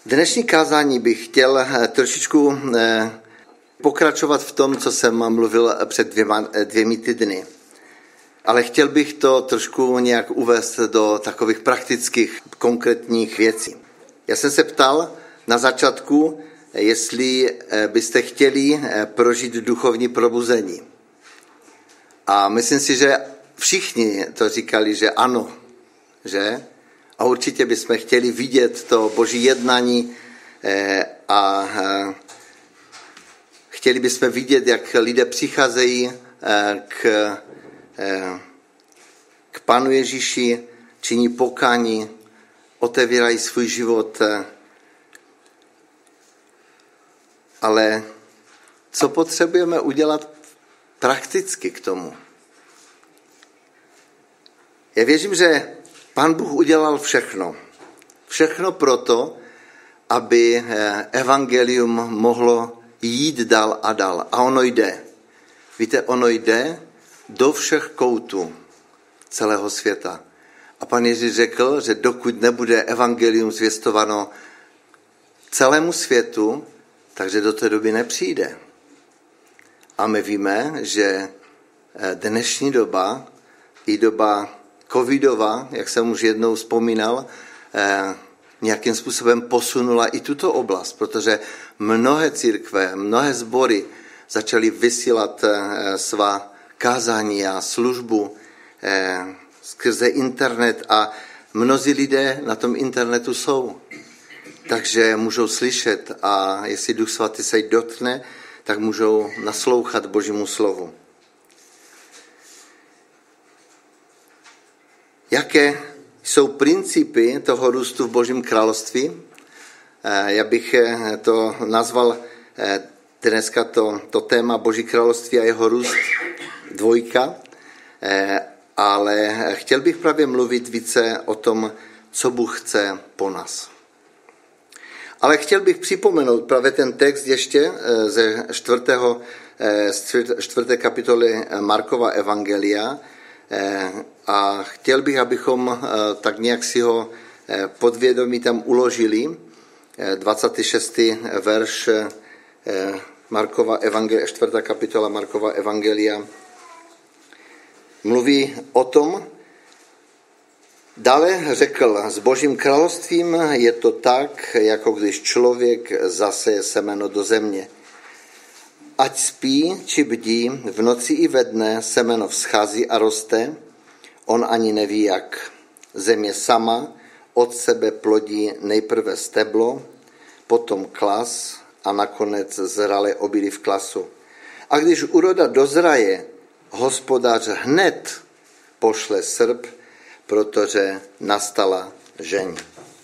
Dnešní kázání bych chtěl trošičku pokračovat v tom, co jsem mluvil před dvěmi týdny. Ale chtěl bych to trošku nějak uvést do takových praktických, konkrétních věcí. Já jsem se ptal na začátku, jestli byste chtěli prožít duchovní probuzení. A myslím si, že všichni to říkali, že ano, že? A určitě bychom chtěli vidět to Boží jednání a chtěli bychom vidět, jak lidé přicházejí k Panu Ježíši, činí pokání, otevírají svůj život. Ale co potřebujeme udělat prakticky k tomu? Já věřím, že Pán Bůh udělal všechno. Všechno proto, aby evangelium mohlo jít dál a dál. A ono jde. Víte, ono jde do všech koutů celého světa. A Pán Ježíš řekl, že dokud nebude evangelium zvěstováno celému světu, takže do té doby nepřijde. A my víme, že dnešní doba, i doba covidová, jak jsem už jednou vzpomínal, nějakým způsobem posunula i tuto oblast, protože mnohé církve, mnohé sbory začaly vysílat svá kázání a službu skrze internet a mnozí lidé na tom internetu jsou. Takže můžou slyšet a jestli Duch Svatý se jich dotkne, tak můžou naslouchat Božímu slovu. Jaké jsou principy toho růstu v Božím království? Já bych to nazval dneska to téma Boží království a jeho růst dvojka, ale chtěl bych právě mluvit více o tom, co Bůh chce po nás. Ale chtěl bych připomenout právě ten text ještě ze 4. kapitoly Markova evangelia, a chtěl bych, abychom tak nějak si ho podvědomí tam uložili. 26. verš Markova evangelia, 4. kapitola Markova evangelia mluví o tom. Dále řekl, s Božím královstvím je to tak, jako když člověk zaseje semeno do země. Ať spí, či bdí, v noci i ve dne semeno vzchází a roste, on ani neví jak. Země sama od sebe plodí nejprve steblo, potom klas a nakonec zralé obilí v klasu. A když úroda dozraje, hospodář hned pošle srp, protože nastala žeň.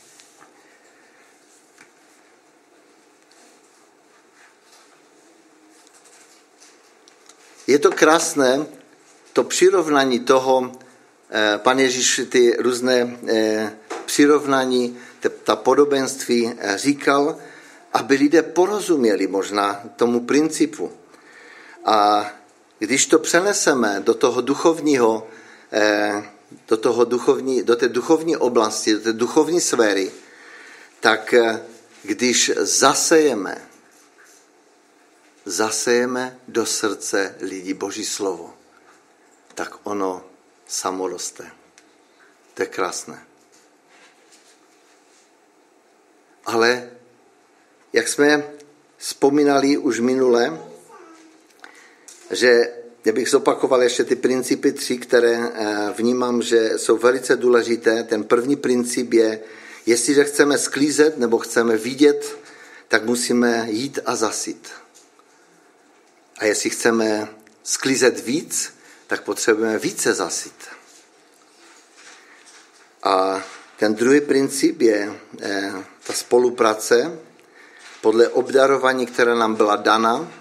Je to krásné, to přirovnání toho, Pan Ježíš ty různé přirovnání, ta podobenství říkal, aby lidé porozuměli možná tomu principu. A když to přeneseme do toho duchovního, do té duchovní oblasti, do té duchovní sféry, tak když zasejeme do srdce lidí Boží slovo, tak ono samo roste. To je krásné. Ale jak jsme vzpomínali už minule, že já bych zopakoval ještě ty principy 3, které vnímám, že jsou velice důležité. Ten první princip je, jestliže chceme sklízet nebo chceme vidět, tak musíme jít a zasít. A jestli chceme sklízet víc, tak potřebujeme více zasít. A ten druhý princip je ta spolupráce podle obdarování, které nám byla dana.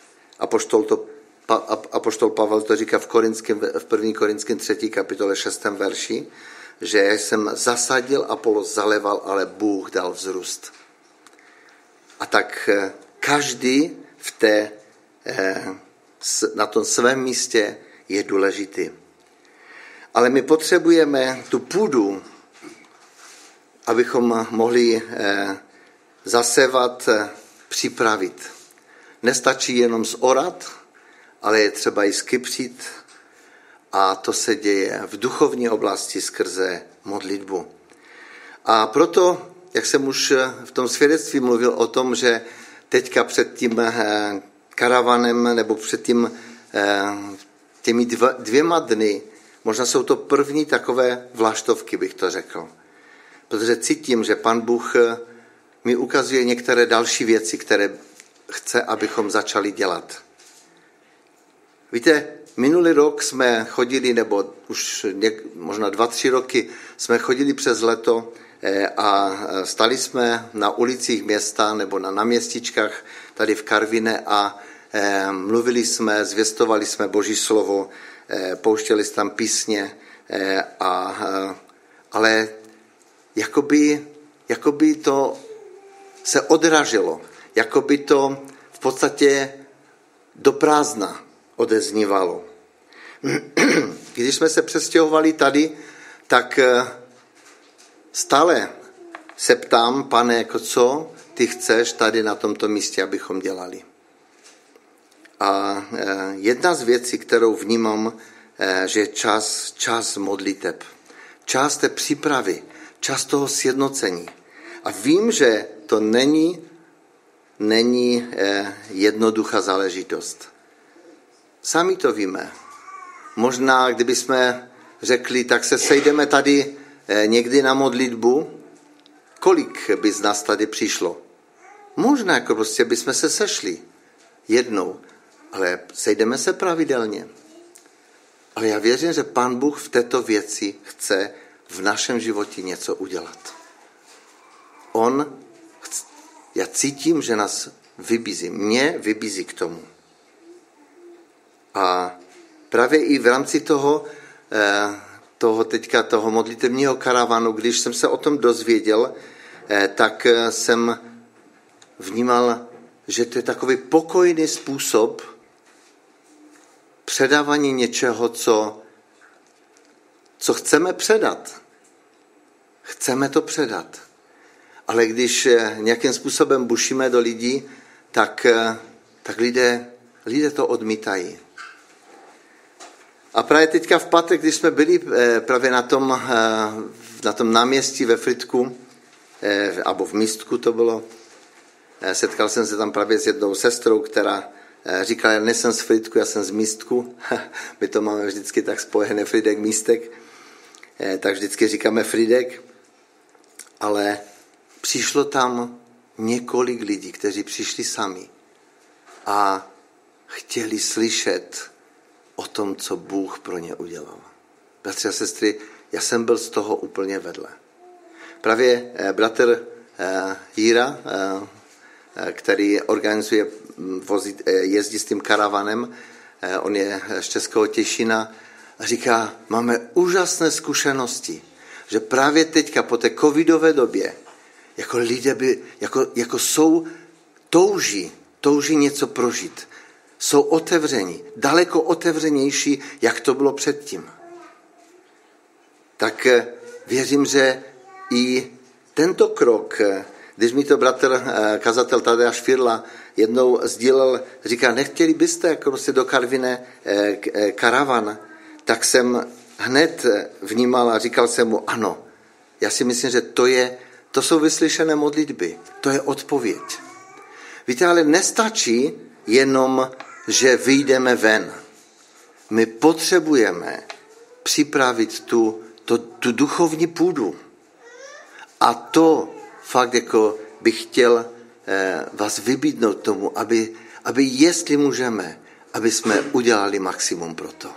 Apoštol Pavel to říká v 1. Korinským 3. kapitole 6. verši, že já jsem zasadil, Apolos zaleval, ale Bůh dal vzrůst. A tak každý na tom svém místě je důležitý. Ale my potřebujeme tu půdu, abychom mohli zasevat, připravit. Nestačí jenom zorat, ale je třeba i skypřit a to se děje v duchovní oblasti skrze modlitbu. A proto, jak jsem už v tom svědectví mluvil o tom, že teďka před tím karavanem nebo před těmi 2 dny, možná jsou to první takové vlaštovky, bych to řekl. Protože cítím, že Pan Bůh mi ukazuje některé další věci, které chce, abychom začali dělat. Víte, minulý rok jsme chodili, nebo už možná 2-3 roky jsme chodili přes leto a stali jsme na ulicích města nebo na náměstičkách tady v Karviné a mluvili jsme, zvěstovali jsme Boží slovo, pouštěli jsme tam písně, ale jakoby to se odražilo, jakoby to v podstatě do prázdna odeznívalo. Když jsme se přestěhovali tady, tak stále se ptám, Pane, jako co ty chceš tady na tomto místě, abychom dělali. A jedna z věcí, kterou vnímám, že je čas modliteb, čas té přípravy, čas toho sjednocení. A vím, že to není jednoduchá záležitost. Sami to víme. Možná, kdybychom řekli, tak se sejdeme tady někdy na modlitbu, kolik by z nás tady přišlo? Možná, jako prostě bychom se sešli jednou, ale sejdeme se pravidelně. Ale já věřím, že Pán Bůh v této věci chce v našem životě něco udělat. Já cítím, že nás vybízí, mě vybízí k tomu. A právě i v rámci toho modlitevního karavanu, když jsem se o tom dozvěděl, tak jsem vnímal, že to je takový pokojný způsob předávání něčeho, co chceme předat. Chceme to předat. Ale když nějakým způsobem bušíme do lidí, tak lidé to odmítají. A právě teďka v pátek, když jsme byli právě na tom náměstí ve Frýdku, nebo v Místku to bylo, setkal jsem se tam právě s jednou sestrou, která říkala, já nejsem z Frýdku, já jsem z Místku. My to máme vždycky tak spojené Frýdek, Místek, tak vždycky říkáme Frýdek. Ale přišlo tam několik lidí, kteří přišli sami a chtěli slyšet o tom, co Bůh pro ně udělal. Bratři a sestry, já jsem byl z toho úplně vedle. Právě bratr Jíra, který organizuje, jezdí s tím karavanem, on je z Českého Těšína, a říká, máme úžasné zkušenosti, že právě teďka po té covidové době, jako lidé touží něco prožít. Jsou otevření, daleko otevřenější, jak to bylo předtím. Tak věřím, že i tento krok, když mi to bratr kazatel Tadeáš Firla jednou sdílel, říká, nechtěli byste jako prostě do Karviné karavan, tak jsem hned vnímal a říkal jsem mu, ano, já si myslím, že to jsou vyslyšené modlitby, to je odpověď. Víte, ale nestačí jenom, že vyjdeme ven. My potřebujeme připravit tu duchovní půdu. A to fakt jako bych chtěl vás vybídnout tomu, aby jestli můžeme, aby jsme udělali maximum pro to.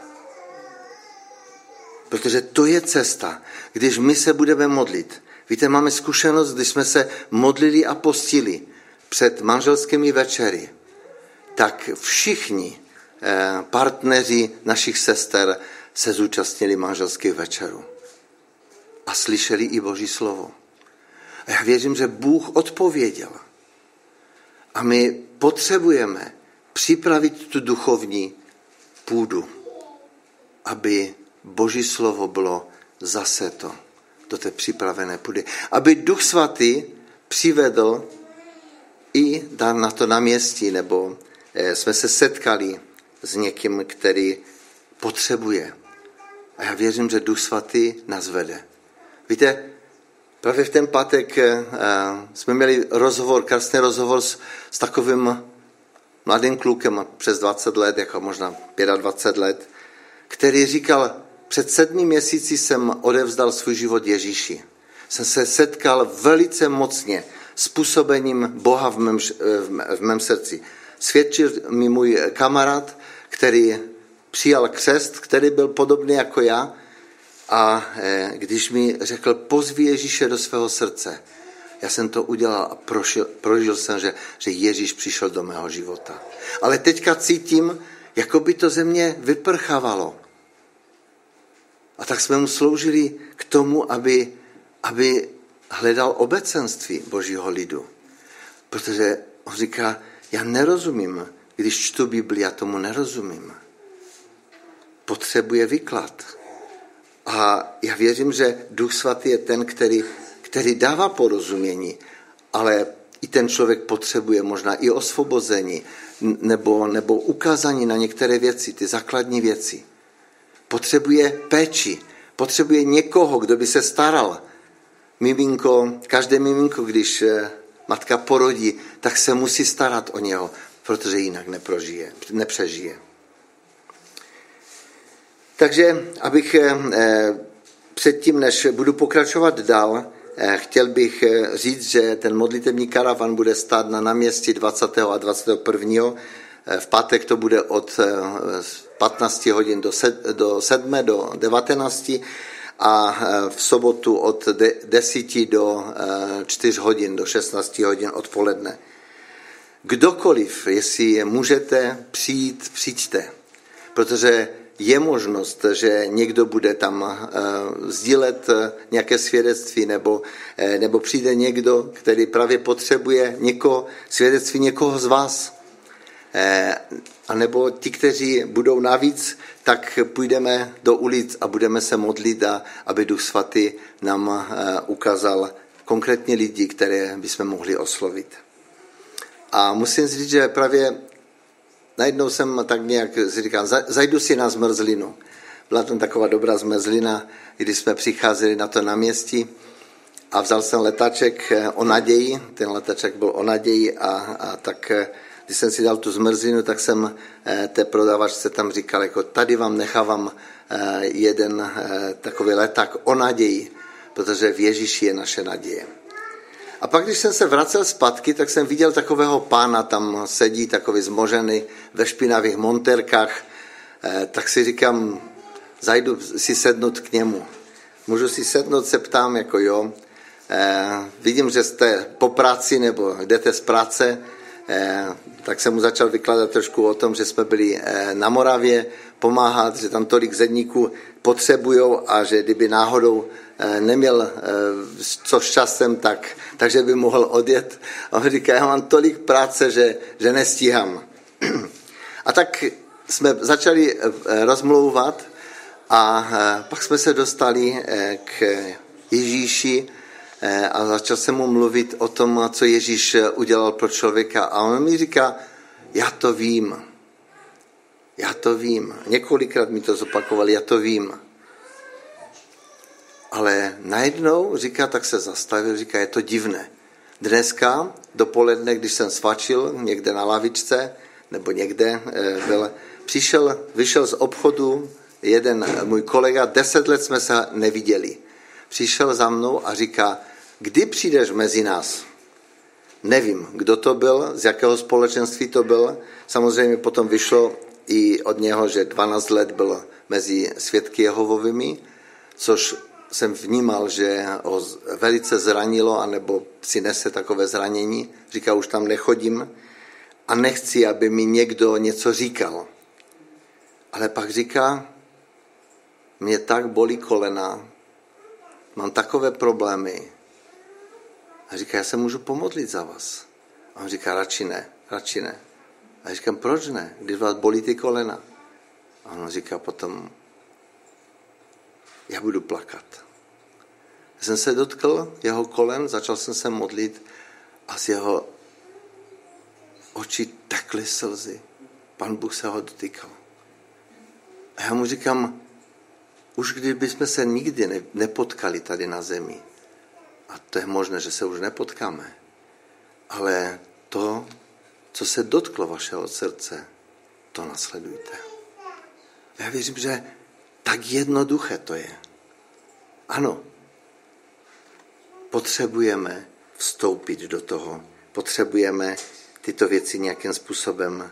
Protože to je cesta, když my se budeme modlit. Víte, máme zkušenost, když jsme se modlili a postili před manželskými večery, tak všichni partneři našich sester se zúčastnili manželských večerů a slyšeli i Boží slovo. A já věřím, že Bůh odpověděl. A my potřebujeme připravit tu duchovní půdu, aby Boží slovo bylo zaseto do té připravené půdy. Aby Duch Svatý přivedl na to náměstí, nebo jsme se setkali s někým, který potřebuje. A já věřím, že Duch Svatý nás vede. Víte, právě v ten pátek jsme měli krásný rozhovor s takovým mladým klukem přes 20 let, jako možná 25 let, který říkal, před 7 měsíci jsem odevzdal svůj život Ježíši. Jsem se setkal velice mocně s působením Boha v mém srdci. Svědčil mi můj kamarád, který přijal křest, který byl podobný jako já, a když mi řekl, pozvi Ježíše do svého srdce, já jsem to udělal a prožil jsem, že Ježíš přišel do mého života. Ale teďka cítím, jako by to ze mě vyprchávalo. A tak jsme mu sloužili k tomu, aby hledal obecenství Božího lidu. Protože on říká, já nerozumím, když čtu Bibli, já tomu nerozumím. Potřebuje výklad. A já věřím, že Duch Svatý je ten, který dává porozumění, ale i ten člověk potřebuje možná i osvobození nebo ukázání na některé věci, ty základní věci. Potřebuje péči, potřebuje někoho, kdo by se staral. Každé miminko, když matka porodí, tak se musí starat o něho, protože jinak nepřežije. Takže, abych předtím, než budu pokračovat dál, chtěl bych říct, že ten modlitební karavan bude stát na náměstí 20. a 21. V pátek to bude od 15 hodin do 7 do 19 a v sobotu od 10 do 4 hodin, do 16 hodin odpoledne. Kdokoliv, jestli můžete přijít, přijďte, protože je možnost, že někdo bude tam sdílet nějaké svědectví, nebo přijde někdo, který právě potřebuje svědectví někoho z vás. A nebo ti, kteří budou navíc, tak půjdeme do ulic a budeme se modlit, aby Duch Svatý nám ukázal konkrétně lidi, které bychom mohli oslovit. A musím říct, že právě najednou jsem tak nějak říkal, zajdu si na zmrzlinu. Byla tam taková dobrá zmrzlina, když jsme přicházeli na to náměstí a vzal jsem letáček o naději, ten letáček byl o naději a tak, když jsem si dal tu zmrzlinu, tak jsem té prodavačce tam říkal, jako tady vám nechávám jeden takový leták o naději, protože v Ježíši je naše naděje. A pak, když jsem se vracel zpátky, tak jsem viděl takového pána, tam sedí takový zmožený ve špinavých montérkách, tak si říkám, zajdu si sednout k němu. Můžu si sednout, se ptám, jako jo. Vidím, že jste po práci nebo jdete z práce, tak jsem mu začal vykládat trošku o tom, že jsme byli na Moravě pomáhat, že tam tolik zedníků potřebujou a že kdyby náhodou neměl co s časem, takže by mohl odjet. A on říká, já mám tolik práce, že nestíhám. A tak jsme začali rozmlouvat a pak jsme se dostali k Ježíši a začal jsem mu mluvit o tom, co Ježíš udělal pro člověka. A on mi říká, já to vím. Několikrát mi to zopakovali, já to vím. Ale najednou, říká, tak se zastavil, říká, je to divné. Dneska dopoledne, když jsem svačil někde na lavičce, nebo někde vyšel z obchodu jeden můj kolega, 10 let jsme se neviděli. Přišel za mnou a říká, kdy přijdeš mezi nás? Nevím, kdo to byl, z jakého společenství to byl. Samozřejmě potom vyšlo i od něho, že 12 let byl mezi svědky Jehovovými, což jsem vnímal, že ho velice zranilo, anebo si nese takové zranění. Říká, už tam nechodím a nechci, aby mi někdo něco říkal. Ale pak říká, mě tak bolí kolena, mám takové problémy. A říká, já se můžu pomodlit za vás. A on říká, radši ne. A říkám, proč ne, když vás bolí ty kolena? A on říká potom, já budu plakat. Já jsem se dotkl jeho kolen, začal jsem se modlit a z jeho oči tekly slzy. Pan Bůh se ho dotýkal. A já mu říkám, už kdybychom se nikdy nepotkali tady na zemi, a to je možné, že se už nepotkáme, ale to, co se dotklo vašeho srdce, to nasledujte. Já věřím, že tak jednoduché to je. Ano, potřebujeme vstoupit do toho, potřebujeme tyto věci nějakým způsobem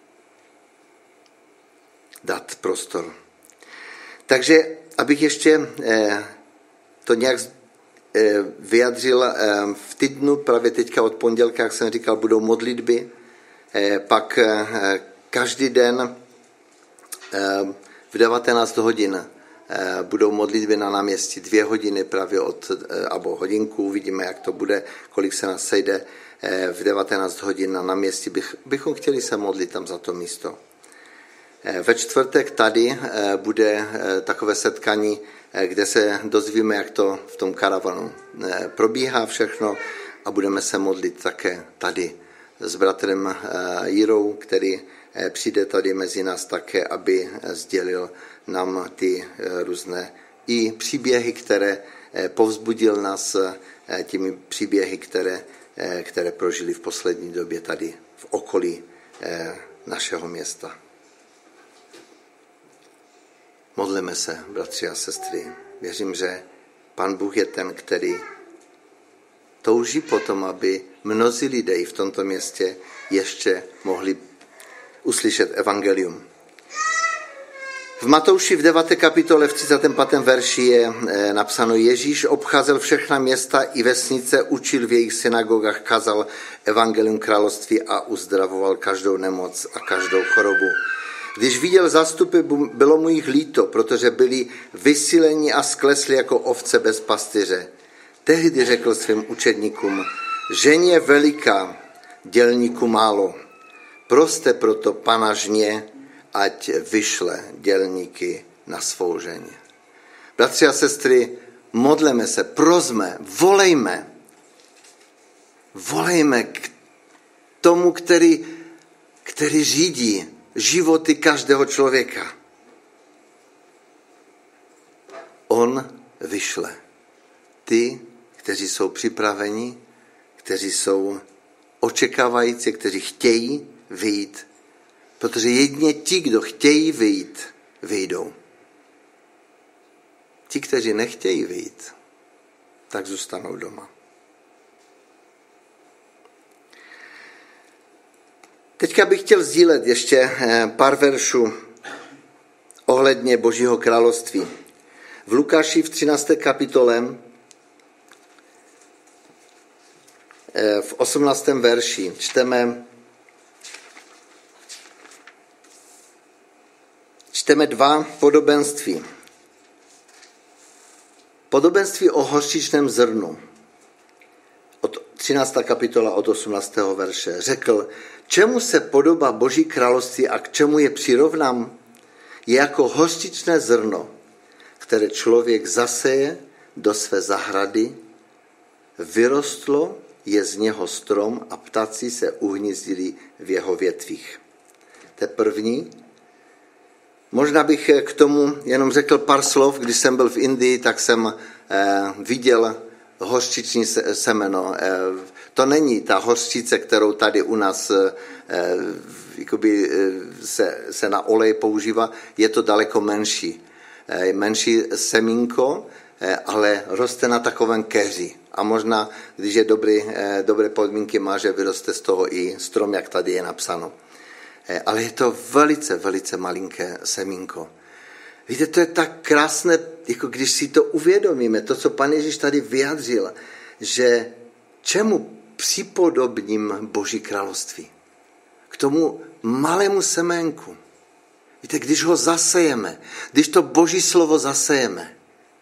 dát prostor. Takže, abych ještě to nějak vyjadřil, v týdnu, právě teďka od pondělka, jak jsem říkal, budou modlitby, pak každý den v 19 hodin budou modlitby na náměstí, 2 hodiny právě nebo hodinku, uvidíme, jak to bude, kolik se nás sejde v 19 hodin na náměstí, bychom chtěli se modlit tam za to místo. Ve čtvrtek tady bude takové setkání, kde se dozvíme, jak to v tom karavanu probíhá všechno a budeme se modlit také tady s bratrem Jirou, který přijde tady mezi nás také, aby sdělil nám ty různé i příběhy, které povzbudil nás těmi příběhy, které prožili v poslední době tady v okolí našeho města. Modleme se, bratři a sestry. Věřím, že Pan Bůh je ten, který touží potom, aby mnozí lidé i v tomto městě ještě mohli uslyšet evangelium. V Matouši v 9. kapitole v 35. verši je napsáno: Ježíš obcházel všechna města i vesnice, učil v jejich synagogách, kazal evangelium království a uzdravoval každou nemoc a každou chorobu. Když viděl zástupy, bylo mu jich líto, protože byli vysíleni a sklesli jako ovce bez pastýře. Tehdy řekl svým učedníkům: žeň je veliká, dělníků málo. Proste proto Pana žně, ať vyšle dělníky na svou žeň. Bratři a sestry, modleme se, prosme, volejme k tomu, který řídí životy každého člověka. On vyšle ty, kteří jsou připraveni, kteří jsou očekávající, kteří chtějí vyjít, protože jedině ti, kdo chtějí vyjít, vyjdou. Ti, kteří nechtějí vyjít, tak zůstanou doma. Teďka bych chtěl sdílet ještě pár veršů ohledně Božího království. V Lukáši v 13. kapitole v 18. verši čteme 2 podobenství. Podobenství o hořčičném zrnu. 13. kapitola od 18. verše. Řekl: čemu se podobá Boží království a k čemu je přirovnám? Je jako hořčičné zrno, které člověk zaseje do své zahrady, vyrostlo je z něho strom a ptáci se uhnízdili v jeho větvích. To je první. Možná bych k tomu jenom řekl pár slov. Když jsem byl v Indii, tak jsem viděl hořčiční semeno. To není ta hořčice, kterou tady u nás se na olej používá. Je to daleko menší. Menší semínko, ale roste na takovém keři. A možná, když je dobré podmínky má, že vyroste z toho i strom, jak tady je napsáno. Ale je to velice, velice malinké semínko. Víte, to je tak krásné, jako když si to uvědomíme, to, co Pan Ježíš tady vyjádřil, že čemu připodobním Boží království? K tomu malému seménku. Víte, když ho zasejeme, když to Boží slovo zasejeme,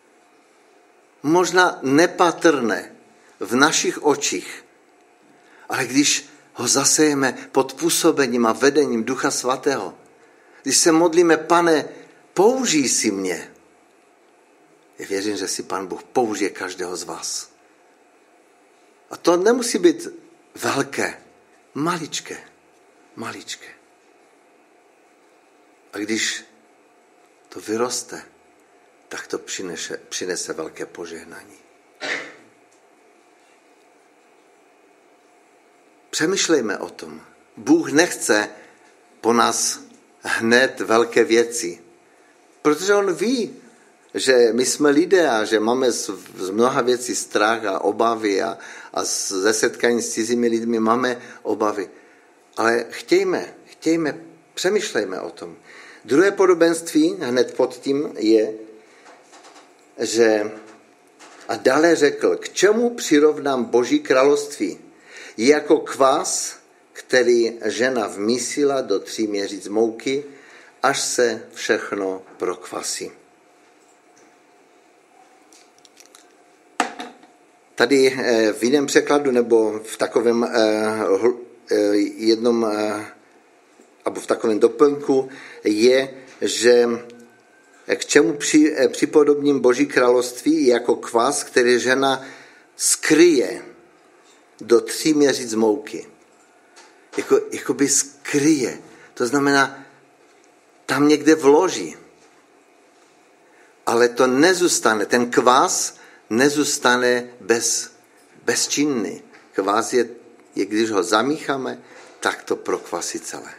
možná nepatrné v našich očích, ale když ho zasejeme pod působením a vedením Ducha Svatého, když se modlíme: Pane, použij si mě. Já věřím, že si Pán Bůh použije každého z vás. A to nemusí být velké, maličké. Maličké. A když to vyroste, tak to přinese velké požehnání. Přemýšlejme o tom. Bůh nechce po nás hned velké věci, protože on ví, že my jsme lidé a že máme z mnoha věcí strach a obavy a ze setkání s cizími lidmi máme obavy. Ale chtějme, přemýšlejme o tom. Druhé podobenství hned pod tím je, že a dále řekl, k čemu přirovnám Boží království? Je jako kvás, který žena vmísila do 3 měříc mouky, až se všechno prokvasí. Tady v jiném překladu nebo v takovém v takovém doplňku je, že k čemu připodobním Boží království je jako kvás, který žena skryje do 3 měříc mouky. Jakoby skryje. To znamená, tam někde vloží. Ale to nezůstane. Ten kvás nezůstane bezčinný. Kvás je, když ho zamícháme, tak to prokvasí celé.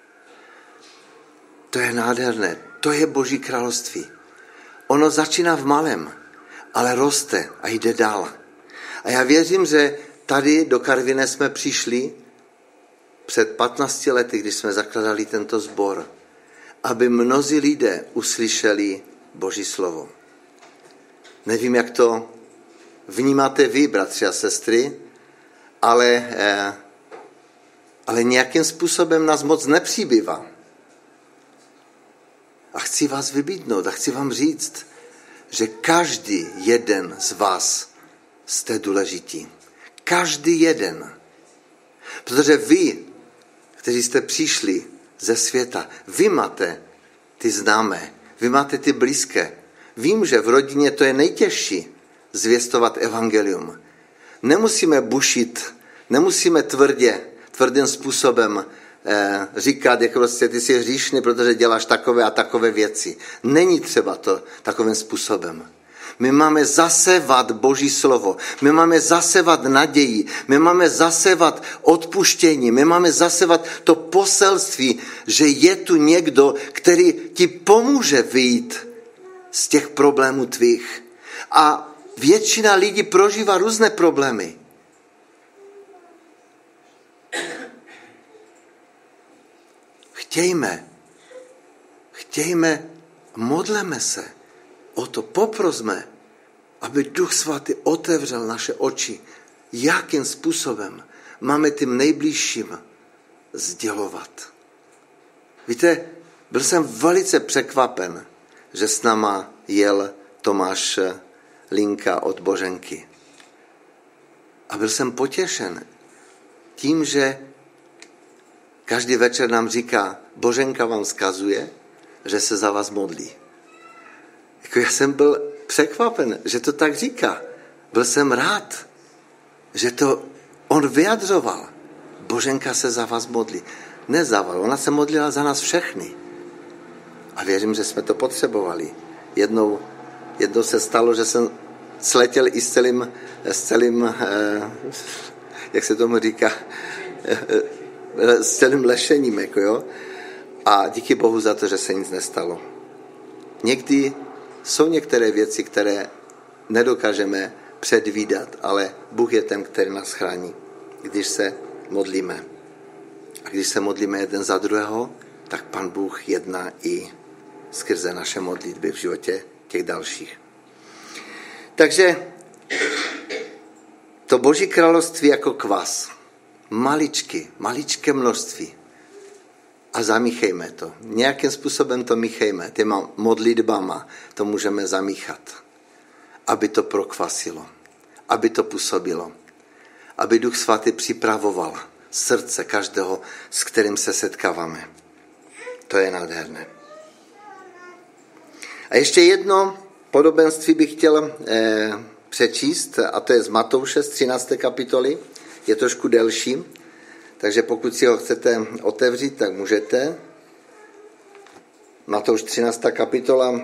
To je nádherné. To je Boží království. Ono začíná v malém, ale roste a jde dál. A já věřím, že tady do Karviné jsme přišli před 15 lety, když jsme zakladali tento sbor, aby mnozí lidé uslyšeli Boží slovo. Nevím, jak to vnímáte vy, bratři a sestry, ale nějakým způsobem nás moc nepřibývá. A chci vás vybídnout a chci vám říct, že každý jeden z vás jste důležití. Každý jeden. Protože vy, kteří jste přišli ze světa, vy máte ty známé, vy máte ty blízké. Vím, že v rodině to je nejtěžší zvěstovat evangelium. Nemusíme bušit, nemusíme tvrdým způsobem říkat, jak prostě ty jsi hříšný, protože děláš takové a takové věci. Není třeba to takovým způsobem. My máme zasevat Boží slovo, my máme zasevat naději, my máme zasevat odpuštění, my máme zasevat to poselství, že je tu někdo, který ti pomůže vyjít z těch problémů tvých. A většina lidí prožívá různé problémy. Chtějme, modleme se o to, poprosme, aby Duch Svatý otevřel naše oči, jakým způsobem máme tím nejbližším sdělovat. Víte, byl jsem velice překvapen, že s náma jel Tomáš Linka od Boženky. A byl jsem potěšen tím, že každý večer nám říká, Boženka vám vzkazuje, že se za vás modlí. Já jsem byl překvapen, že to tak říká. Byl jsem rád, že to on vyjadřoval. Boženka se za vás modlí. Ne za vás, ona se modlila za nás všechny. A věřím, že jsme to potřebovali. Jednou se stalo, že jsem sletěl i s celým jak se tomu říká, s celým lešením. Jo? A díky Bohu za to, že se nic nestalo. Někdy jsou některé věci, které nedokážeme předvídat, ale Bůh je ten, který nás chrání, když se modlíme. A když se modlíme jeden za druhého, tak Pan Bůh jedná i skrze naše modlitby v životě těch dalších. Takže to Boží království jako kvas. Maličké množství. A zamíchejme to. Nějakým způsobem to míchejme. Těma modlitbama to můžeme zamíchat. Aby to prokvasilo. Aby to působilo. Aby Duch Svatý připravoval srdce každého, s kterým se setkáváme. To je nádherné. A ještě jedno podobenství bych chtěl přečíst, a to je z Matouše z 13. kapitoly. Je trošku delší. Takže pokud si ho chcete otevřít, tak můžete. Matouš 13. kapitola.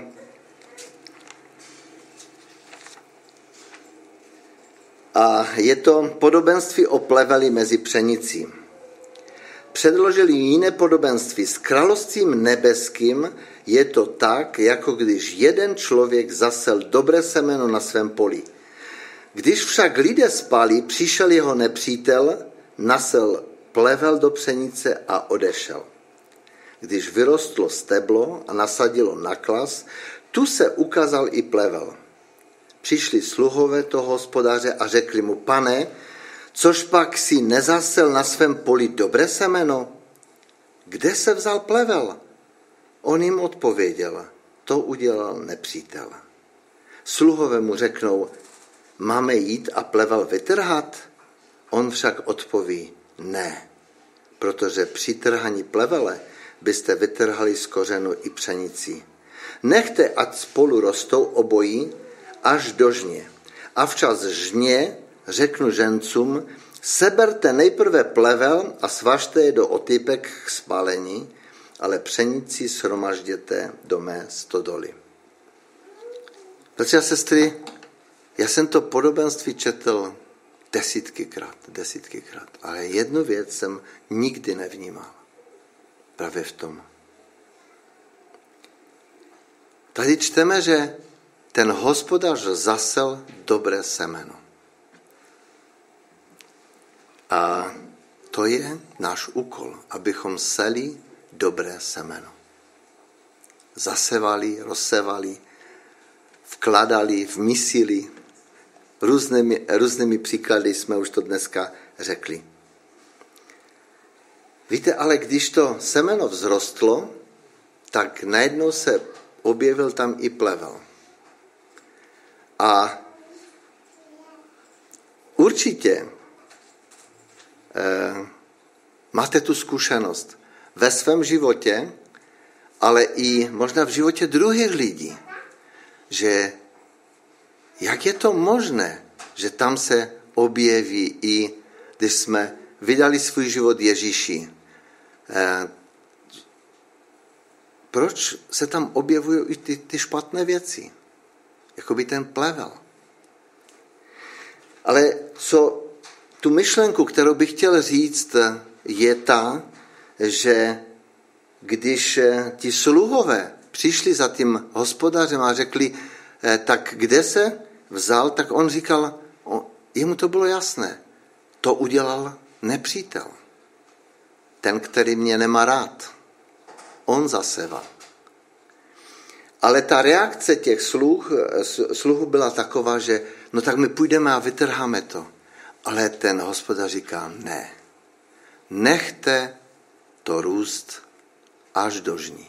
A je to podobenství o pleveli mezi pšenicí. Předložili jiné podobenství. S královstvím nebeským je to tak, jako když jeden člověk zasel dobré semeno na svém poli. Když však lidé spali, přišel jeho nepřítel, nasel plevel do pšenice a odešel. Když vyrostlo steblo a nasadilo naklas, tu se ukázal i plevel. Přišli sluhové toho hospodáře a řekli mu: Pane, což pak si nezasel na svém poli dobré semeno? Kde se vzal plevel? On jim odpověděl: to udělal nepřítel. Sluhové mu řeknou: máme jít a plevel vytrhat? On však odpoví: ne, protože při trhaní plevele byste vytrhali z kořenu i pšenici. Nechte, ať spolu rostou obojí až do žně. A včas žně řeknu žencům: seberte nejprve plevel a svažte je do otýpek k spálení, ale pšenici shromažděte do mé stodoly. Bratři a sestry, já jsem to podobenství četl desítkykrát, ale jednu věc jsem nikdy nevnímal. Právě v tom. Tady čteme, že ten hospodář zasel dobré semeno. A to je náš úkol, abychom seli dobré semeno. Zasevali, rozsevali, vkladali, vmísili. Různými příklady jsme už to dneska řekli. Víte, ale když to semeno vzrostlo, tak najednou se objevil tam i plevel. A určitě máte tu zkušenost ve svém životě, ale i možná v životě druhých lidí, že jak je to možné, že tam se objeví i když jsme vydali svůj život Ježíši. Proč se tam objevují i ty špatné věci? Jakoby ten plevel. Ale tu myšlenku, kterou bych chtěl říct, je ta, že když ti sluhové přišli za tím hospodářem a řekli, tak kde se vzal, tak on říkal, jemu to bylo jasné, to udělal nepřítel. Ten, který mě nemá rád. On zaseval. Ale ta reakce těch sluhů byla taková, že no tak my půjdeme a vytrháme to. Ale ten hospodář říká, ne. Nechte to růst až do žní.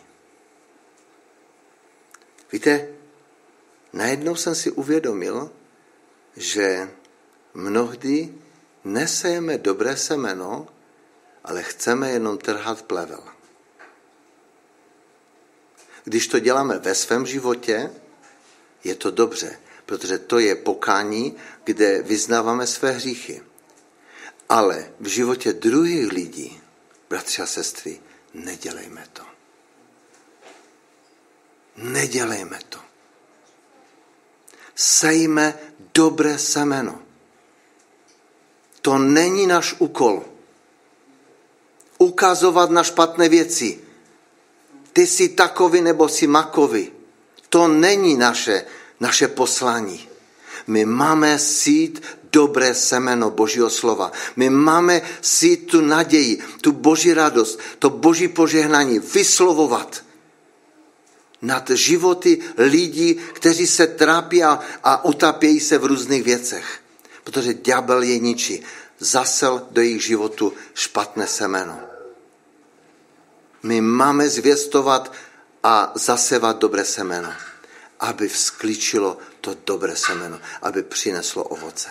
Víte, najednou jsem si uvědomil, že mnohdy nesejeme dobré semeno, ale chceme jenom trhat plevel. Když to děláme ve svém životě, je to dobře, protože to je pokání, kde vyznáváme své hříchy. Ale v životě druhých lidí, bratři a sestry, nedělejme to. Nedělejme to. Sejme dobré semeno. To není náš úkol. Ukazovat na špatné věci. Ty jsi takový nebo jsi makový. To není naše poslání. My máme sít dobré semeno Božího slova. My máme sít tu naději, tu Boží radost, to Boží požehnání vyslovovat nad životy lidí, kteří se trápí a utapějí se v různých věcech. Protože ďábel je ničí. Zasel do jejich životu špatné semeno. My máme zvěstovat a zasevat dobré semeno, aby vzklíčilo to dobré semeno, aby přineslo ovoce.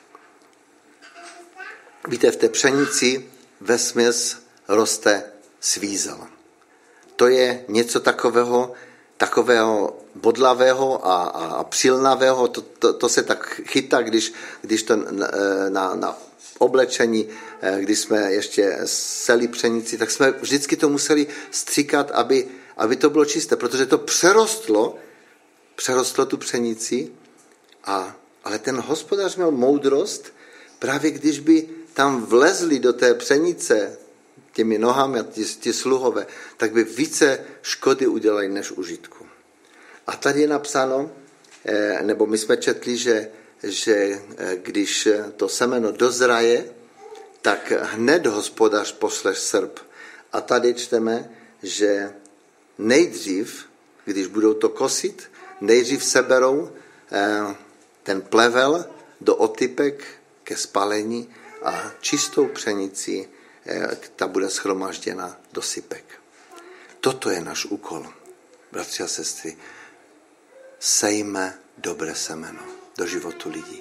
Víte, v té pšenici vesměs roste svízel. To je něco takového bodlavého a přilnavého, to se tak chytá, když to oblečení, když jsme ještě seli pšenici, tak jsme vždycky to museli stříkat, aby to bylo čisté, protože to přerostlo tu pšenici, ale ten hospodář měl moudrost, právě když by tam vlezli do té pšenice těmi nohami a ti sluhové, tak by více škody udělali než užitku. A tady je napsáno, nebo my jsme četli, že když to semeno dozraje, tak hned hospodář pošle srp. A tady čteme, že nejdřív, když budou to kosit, nejdřív seberou ten plevel do otypek ke spalení a čistou pšenici ta bude shromažděna do sypek. Toto je náš úkol, bratři a sestry. Sejme dobré semeno do životu lidí.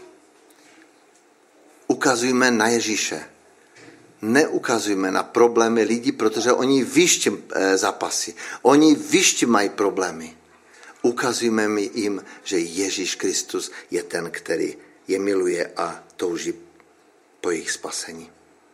Ukazujme na Ježíše. Neukazujme na problémy lidí, protože oni víš, čím zápasí. Oni víš, čím mají problémy. Ukazujme jim, že Ježíš Kristus je ten, který je miluje a touží po jejich spasení.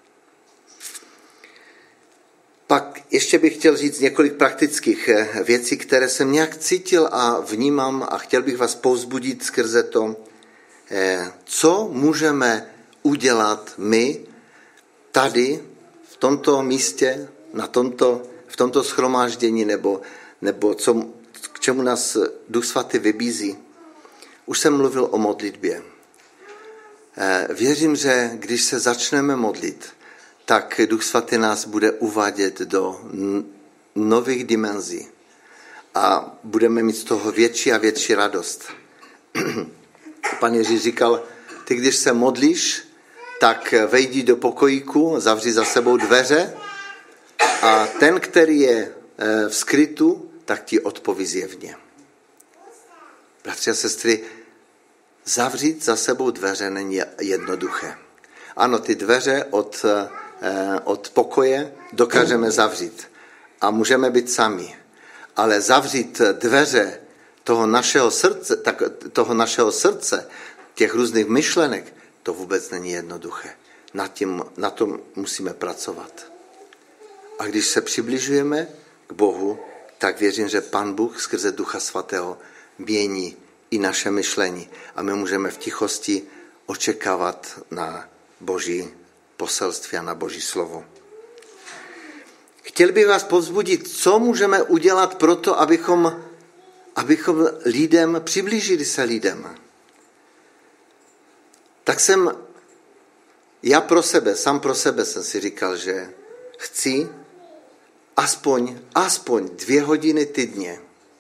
Pak ještě bych chtěl říct několik praktických věcí, které jsem nějak cítil a vnímám a chtěl bych vás povzbudit skrze to, co můžeme udělat my tady, v tomto místě, v tomto shromáždění, nebo k čemu nás Duch Svatý vybízí. Už jsem mluvil o modlitbě. Věřím, že když se začneme modlit, tak Duch Svatý nás bude uvádět do nových dimenzí a budeme mít z toho větší a větší radost. Pan Ježíš říkal, ty když se modlíš, tak vejdi do pokojíku, zavři za sebou dveře a ten, který je v skrytu, tak ti odpoví zjevně. Bratři a sestry, zavřít za sebou dveře není jednoduché. Ano, ty dveře od pokoje dokážeme zavřít a můžeme být sami. Ale zavřít dveře toho našeho srdce, těch různých myšlenek, to vůbec není jednoduché. Na tom musíme pracovat. A když se přibližujeme k Bohu, tak věřím, že Pan Bůh skrze Ducha Svatého mění i naše myšlení a my můžeme v tichosti očekávat na Boží poselství a na Boží slovo. Chtěl bych vás povzbudit, co můžeme udělat pro to, abychom lidem, přiblížili se lidem. Tak sám pro sebe jsem si říkal, že chci aspoň 2 hodiny týdně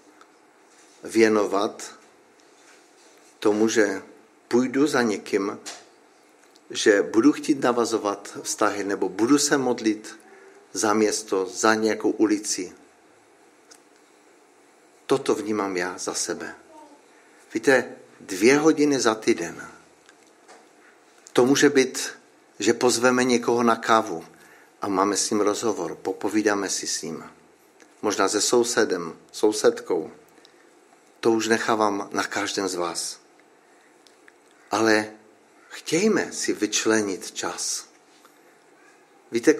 věnovat tomu, že půjdu za někým, že budu chtít navazovat vztahy, nebo budu se modlit za město, za nějakou ulici. Toto vnímám já za sebe. Víte, 2 hodiny za týden. To může být, že pozveme někoho na kávu a máme s ním rozhovor, popovídáme si s ním. Možná se sousedem, sousedkou. To už nechávám na každém z vás. Ale chtějme si vyčlenit čas. Víte,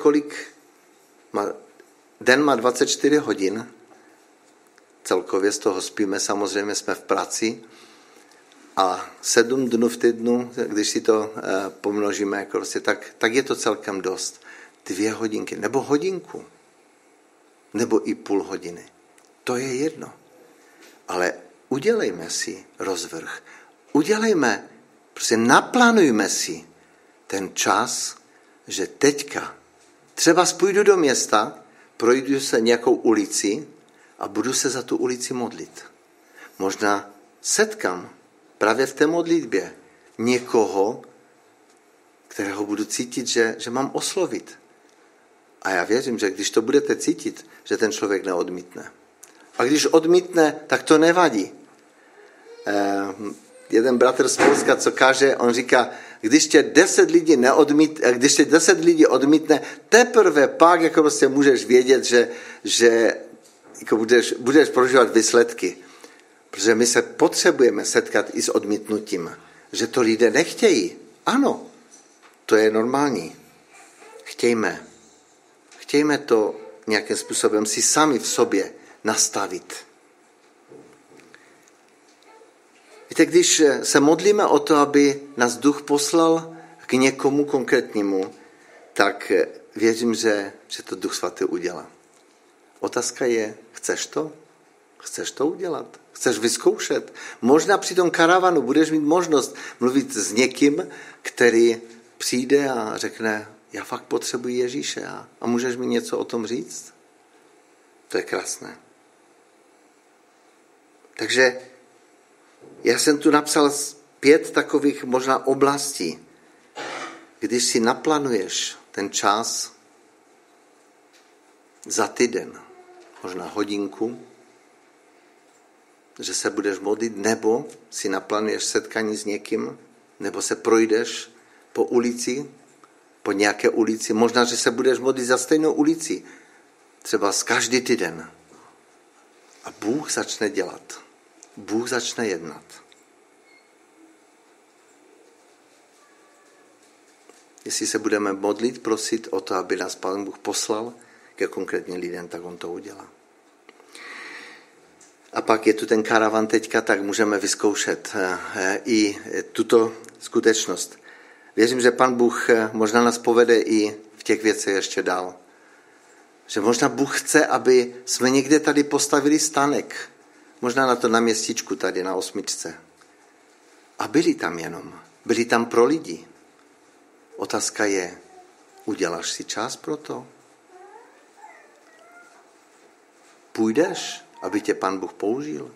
den má 24 hodin, celkově z toho spíme, samozřejmě jsme v práci a 7 dnů v týdnu, když si to pomnožíme, tak je to celkem dost. 2 hodinky, nebo hodinku, nebo i půl hodiny. To je jedno. Ale udělejme si rozvrh. Naplánujme si ten čas, že teďka třeba půjdu do města, projdu se nějakou ulici a budu se za tu ulici modlit. Možná setkám právě v té modlitbě někoho, kterého budu cítit, že mám oslovit. A já věřím, že když to budete cítit, že ten člověk neodmítne. A když odmítne, tak to nevadí. Jeden bratr z Polska, co káže, on říká, když tě 10 lidí odmítne, teprve pak jako prostě můžeš vědět, že jako budeš prožívat výsledky. Protože my se potřebujeme setkat i s odmítnutím. Že to lidé nechtějí. Ano, To je normální. Chtějme to nějakým způsobem si sami v sobě nastavit. Víte, když se modlíme o to, aby nás Duch poslal k někomu konkrétnímu, tak věřím, že to Duch Svatý udělá. Otázka je, chceš to? Chceš to udělat? Chceš vyzkoušet? Možná při tom karavanu budeš mít možnost mluvit s někým, který přijde a řekne, já fakt potřebuji Ježíše a můžeš mi něco o tom říct? To je krásné. Takže já jsem tu napsal 5 takových možná oblastí, když si naplánuješ ten čas za týden, možná hodinku, že se budeš modlit, nebo si naplánuješ setkání s někým, nebo se projdeš po ulici, po nějaké ulici, možná, že se budeš modlit za stejnou ulici, třeba z každý týden. A Bůh začne dělat. Bůh začne jednat. Jestli se budeme modlit, prosit o to, aby nás Pán Bůh poslal ke konkrétním lidem, tak on to udělá. A pak je tu ten karavan teďka, tak můžeme vyzkoušet i tuto skutečnost. Věřím, že Pán Bůh možná nás povede i v těch věcech ještě dál. Že možná Bůh chce, aby jsme někde tady postavili stánek. Možná na to na městičku tady na 8. A byli tam pro lidi. Otázka je, uděláš si čas pro to? Půjdeš, aby tě Pán Bůh použil?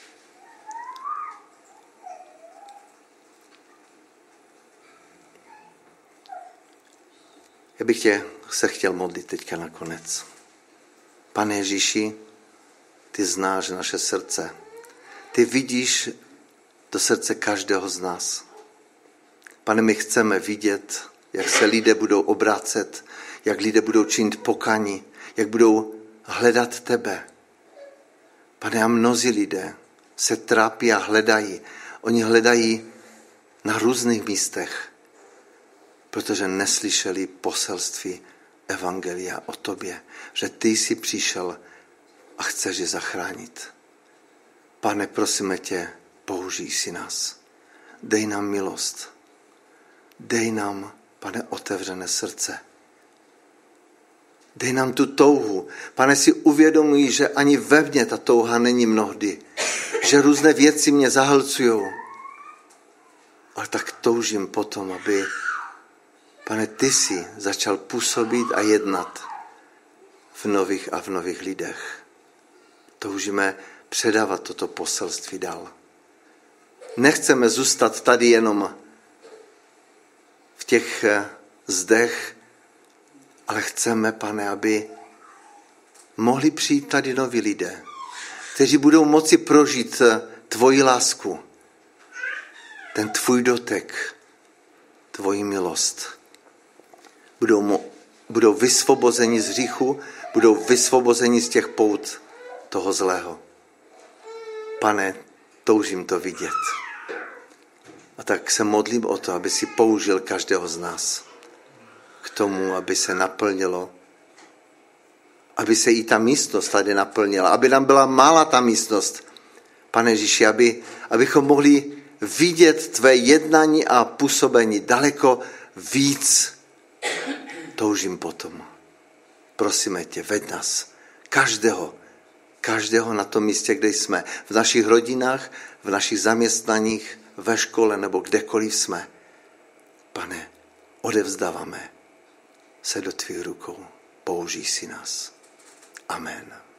Já bych se chtěl modlit teďka nakonec. Pane Ježíši, ty znáš naše srdce. Ty vidíš do srdce každého z nás. Pane, my chceme vidět, jak se lidé budou obracet, jak lidé budou činit pokání, jak budou hledat tebe. Pane, a mnozí lidé se trápí a hledají. Oni hledají na různých místech, protože neslyšeli poselství evangelia o tobě, že ty jsi přišel a chceš je zachránit. Pane, prosíme tě, použij si nás. Dej nám milost. Dej nám, Pane, otevřené srdce. Dej nám tu touhu. Pane, si uvědomuji, že ani ve mně ta touha není mnohdy. Že různé věci mě zahlcují. Ale tak toužím potom, aby, Pane, ty jsi začal působit a jednat v nových lidech. Toužíme předávat toto poselství dál. Nechceme zůstat tady jenom v těch zdech, ale chceme, Pane, aby mohli přijít tady noví lidé, kteří budou moci prožít tvoji lásku, ten tvůj dotek, tvoji milost. Budou vysvobozeni z hříchu, budou vysvobozeni z těch pout toho zlého. Pane, toužím to vidět. A tak se modlím o to, aby si použil každého z nás k tomu, aby se naplnilo, aby se i ta místnost tady naplnila, aby nám byla mála ta místnost. Pane Ježíši, abychom mohli vidět tvé jednání a působení daleko víc. Toužím potom. Prosíme tě, veď nás, každého na tom místě, kde jsme, v našich rodinách, v našich zaměstnaních, ve škole nebo kdekoliv jsme. Pane, odevzdáváme se do tvých rukou. Použij si nás. Amen.